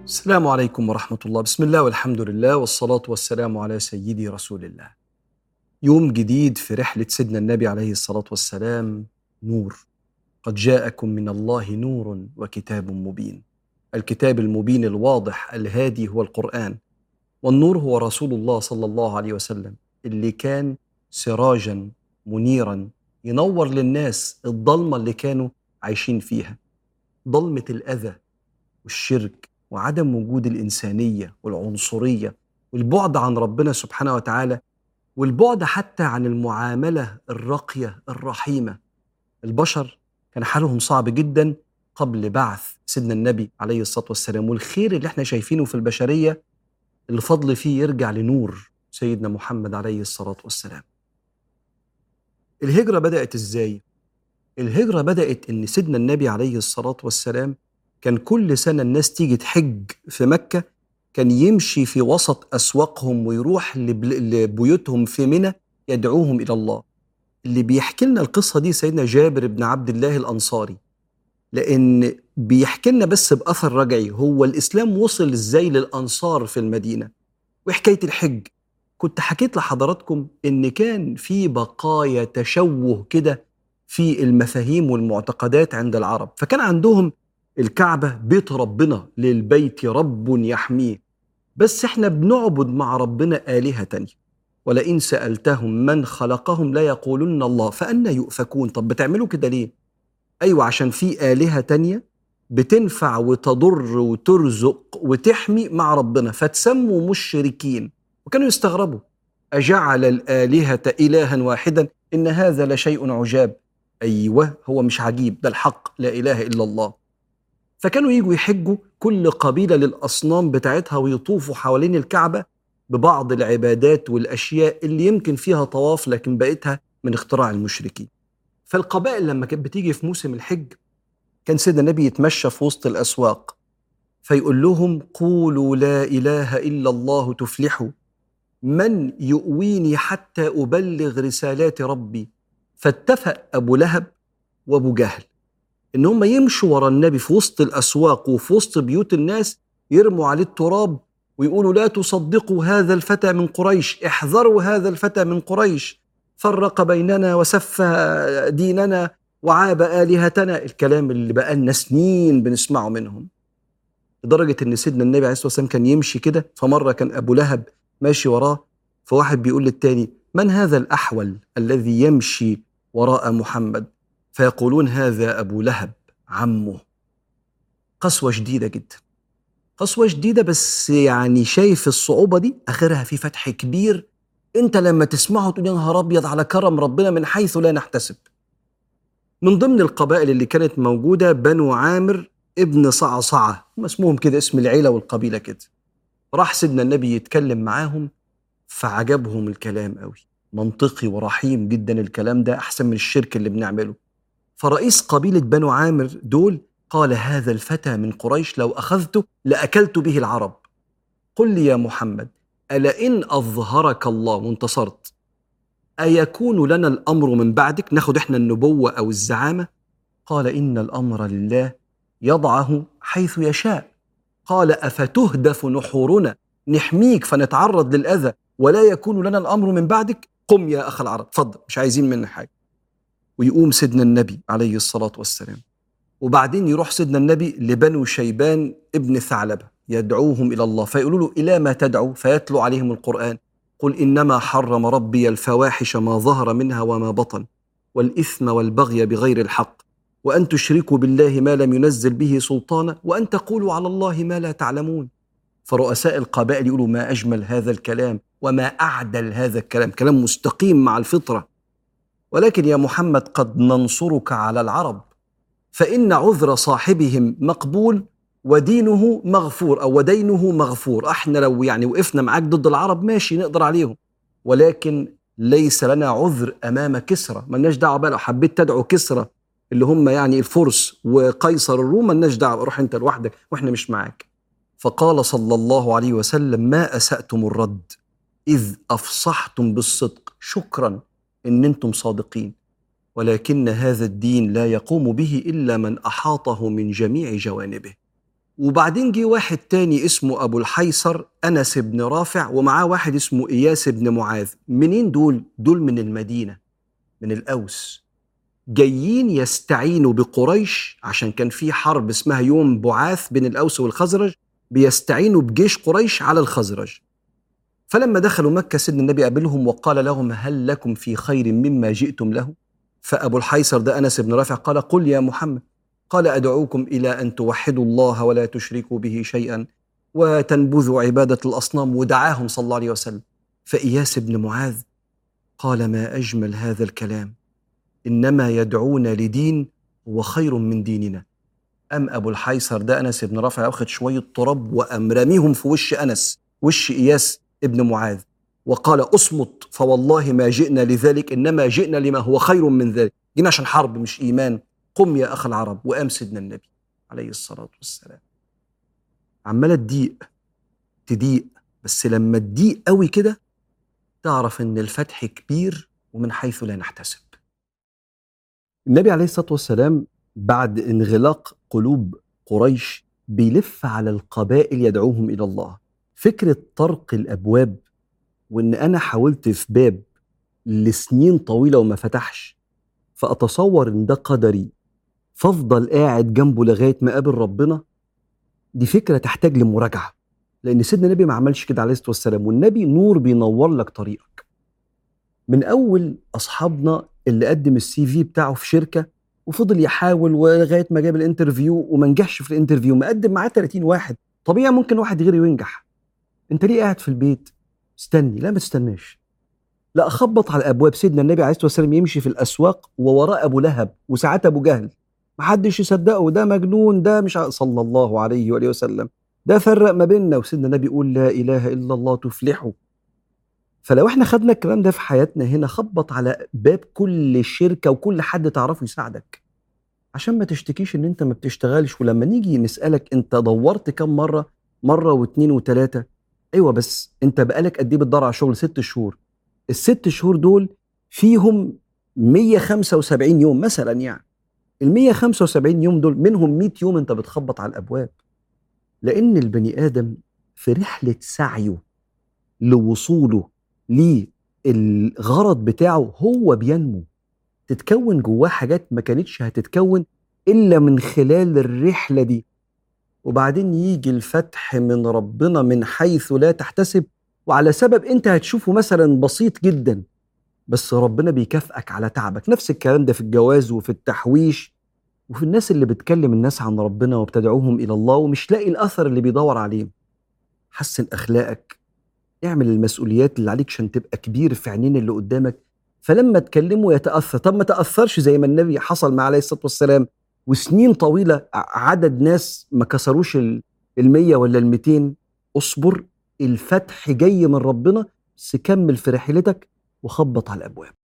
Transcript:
السلام عليكم ورحمة الله. بسم الله والحمد لله والصلاة والسلام على سيدي رسول الله. يوم جديد في رحلة سيدنا النبي عليه الصلاة والسلام. نور. قد جاءكم من الله نور وكتاب مبين. الكتاب المبين الواضح الهادي هو القرآن، والنور هو رسول الله صلى الله عليه وسلم اللي كان سراجا منيرا ينور للناس الضلمة اللي كانوا عايشين فيها، ضلمة الأذى والشرك وعدم وجود الإنسانية والعنصرية والبعد عن ربنا سبحانه وتعالى، والبعد حتى عن المعاملة الراقية الرحيمة. البشر كان حالهم صعب جدا قبل بعث سيدنا النبي عليه الصلاة والسلام، والخير اللي احنا شايفينه في البشرية الفضل فيه يرجع لنور سيدنا محمد عليه الصلاة والسلام. الهجرة بدأت ازاي؟ الهجرة بدأت إن سيدنا النبي عليه الصلاة والسلام كان كل سنة الناس تيجي تحج في مكة، كان يمشي في وسط أسواقهم ويروح لبيوتهم في منى يدعوهم إلى الله. اللي بيحكي لنا القصة دي سيدنا جابر بن عبد الله الأنصاري، لأن بيحكي لنا بس بأثر رجعي هو الإسلام وصل إزاي للأنصار في المدينة. وحكاية الحج كنت حكيت لحضراتكم إن كان في بقايا تشوه كده في المفاهيم والمعتقدات عند العرب، فكان عندهم الكعبة بيت ربنا، للبيت رب يحميه، بس احنا بنعبد مع ربنا آلهة تانية، ولئن سألتهم من خلقهم لا يقولن الله فأنا يؤفكون. طب بتعملوا كده ليه؟ أيوة، عشان في آلهة تانية بتنفع وتضر وترزق وتحمي مع ربنا فتسموا مشركين. وكانوا يستغربوا، أجعل الآلهة إلها واحدا إن هذا لشيء عجاب. أيوة، هو مش عجيب، ده الحق، لا إله إلا الله. فكانوا يجوا يحجوا كل قبيلة للأصنام بتاعتها ويطوفوا حوالين الكعبة ببعض العبادات والأشياء اللي يمكن فيها طواف لكن بقيتها من اختراع المشركين. فالقبائل لما كانت بتيجي في موسم الحج كان سيدنا النبي يتمشى في وسط الأسواق فيقول لهم قولوا لا إله إلا الله تفلحوا، من يؤويني حتى أبلغ رسالات ربي. فاتفق أبو لهب وأبو جهل إن هم يمشوا ورا النبي في وسط الأسواق وفي وسط بيوت الناس، يرموا عليه التراب ويقولوا لا تصدقوا هذا الفتى من قريش، احذروا هذا الفتى من قريش، فرق بيننا وسف ديننا وعاب آلهتنا. الكلام اللي بقالنا سنين بنسمعه منهم، لدرجة إن سيدنا النبي عليه الصلاة والسلام كان يمشي كده. فمرة كان أبو لهب ماشي وراه، فواحد بيقول للتاني من هذا الأحول الذي يمشي وراء محمد؟ فيقولون هذا أبو لهب عمه. قسوة شديدة جدا، قسوة شديدة، بس يعني شايف الصعوبة دي آخرها في فتح كبير. انت لما تسمعه تقول يا نهار أبيض على كرم ربنا من حيث لا نحتسب. من ضمن القبائل اللي كانت موجودة بنو عامر ابن صعصعة، هم اسمهم كده، اسم العيلة والقبيلة كده. راح سيدنا النبي يتكلم معاهم فعجبهم الكلام قوي، منطقي ورحيم جدا، الكلام ده أحسن من الشرك اللي بنعمله. فرئيس قبيلة بنو عامر دول قال هذا الفتى من قريش لو أخذته لأكلت به العرب. قل لي يا محمد ألا إن أظهرك الله وانتصرت أيكون لنا الأمر من بعدك، ناخد إحنا النبوة أو الزعامة؟ قال إن الأمر لله يضعه حيث يشاء. قال أفتهدف نحورنا، نحميك فنتعرض للأذى ولا يكون لنا الأمر من بعدك؟ قم يا أخ العرب، فضل، مش عايزين منك حاجة. ويقوم سيدنا النبي عليه الصلاة والسلام، وبعدين يروح سيدنا النبي لبنو شيبان ابن ثعلبة يدعوهم إلى الله، فيقولوا له إلى ما تدعو؟ فيتلو عليهم القرآن. قل إنما حرم ربي الفواحش ما ظهر منها وما بطن والإثم والبغي بغير الحق وأن تشركوا بالله ما لم ينزل به سلطانا وأن تقولوا على الله ما لا تعلمون. فرؤساء القبائل يقولوا ما أجمل هذا الكلام وما أعدل هذا الكلام، كلام مستقيم مع الفطرة. ولكن يا محمد قد ننصرك على العرب، فإن عذر صاحبهم مقبول ودينه مغفور، أو ودينه مغفور. احنا لو يعني وقفنا معاك ضد العرب ماشي نقدر عليهم، ولكن ليس لنا عذر أمام كسرى. ملناش دعوة بقى لو حبيت تدعو كسرى اللي هم يعني الفرس وقيصر الروم، ملناش دعوة، روح انت لوحدك واحنا مش معاك. فقال صلى الله عليه وسلم ما أسأتم الرد إذ أفصحتم بالصدق، شكرا إن أنتم صادقين، ولكن هذا الدين لا يقوم به إلا من أحاطه من جميع جوانبه. وبعدين جه واحد تاني اسمه أبو الحيصر أنس بن رافع، ومعاه واحد اسمه إياس بن معاذ. منين دول؟ دول من المدينة، من الأوس، جايين يستعينوا بقريش عشان كان في حرب اسمها يوم بعاث بين الأوس والخزرج، بيستعينوا بجيش قريش على الخزرج. فلما دخلوا مكة سيدنا النبي قابلهم وقال لهم: هل لكم في خير مما جئتم له؟ فأبو الحيصر ده أنس بن رافع قال: قل يا محمد. قال: أدعوكم إلى أن توحدوا الله ولا تشركوا به شيئا وتنبذوا عبادة الأصنام. ودعاهم صلى الله عليه وسلم. فإياس بن معاذ قال: ما أجمل هذا الكلام، إنما يدعونا لدين هو خير من ديننا. أم أبو الحيصر ده أنس بن رافع أخذ شوية تراب وأم رميهم في وش أنس، وش إياس ابن معاذ، وقال: أصمت فوالله ما جئنا لذلك، إنما جئنا لما هو خير من ذلك، جينا عشان حرب مش إيمان. قم يا أخ العرب. وقام سيدنا النبي عليه الصلاة والسلام. عمالة تضيق، بس لما تضيق قوي كده تعرف إن الفتح كبير ومن حيث لا نحتسب. النبي عليه الصلاة والسلام بعد انغلاق قلوب قريش بيلف على القبائل يدعوهم إلى الله. فكرة طرق الأبواب، وإن أنا حاولت في باب لسنين طويلة وما فتحش، فأتصور إن ده قدري فأفضل قاعد جنبه لغاية ما قابل ربنا، دي فكرة تحتاج لمراجعة. لأن سيدنا النبي ما عملش كده عليه الصلاة والسلام، والنبي نور بينور لك طريقك. من أول أصحابنا اللي قدم السي في بتاعه في شركة وفضل يحاول ولغاية ما جاب الانترفيو وما نجحش في الانترفيو، مقدم معاه 30 واحد. طبيعي ممكن واحد غيره ينجح. انت ليه قاعد في البيت استني؟ لا، ما تستناش. لا، اخبط على ابواب. سيدنا النبي عليه الصلاه والسلام يمشي في الاسواق ووراء ابو لهب وساعات ابو جهل، محدش يصدقه، ده مجنون، ده مش صلى الله عليه واله وسلم، ده فرق ما بيننا. وسيدنا النبي يقول: لا اله الا الله تفلحوا. فلو احنا خدنا الكلام ده في حياتنا هنا، خبط على باب كل شركه وكل حد تعرفه يساعدك، عشان ما تشتكيش ان انت ما بتشتغلش. ولما نيجي نسالك انت دورت كم مره، مره واثنين وثلاثه، ايوه، بس انت بقالك قد ايه بتدور على شغل؟ 6 شهور. الست شهور دول فيهم 175 يوم مثلا، يعني ال 175 يوم دول منهم 100 يوم انت بتخبط على الابواب. لان البني ادم في رحله سعيه لوصوله للغرض بتاعه هو بينمو، تتكون جواه حاجات ما كانتش هتتكون الا من خلال الرحله دي. وبعدين يجي الفتح من ربنا من حيث لا تحتسب، وعلى سبب انت هتشوفه مثلا بسيط جدا، بس ربنا بيكافئك على تعبك. نفس الكلام ده في الجواز وفي التحويش وفي الناس اللي بتكلم الناس عن ربنا وبتدعوهم إلى الله ومش لاقي الأثر اللي بيدور عليه. حسن أخلاقك، اعمل المسؤوليات اللي عليك عشان تبقى كبير في عينين اللي قدامك، فلما تكلمه يتأثر. طب ما تأثرش زي ما النبي حصل مع عليه الصلاة والسلام، وسنين طويلة عدد ناس ما كسروش 100 ولا 200. اصبر، الفتح جاي من ربنا، بس كمل في رحلتك وخبط على الأبواب.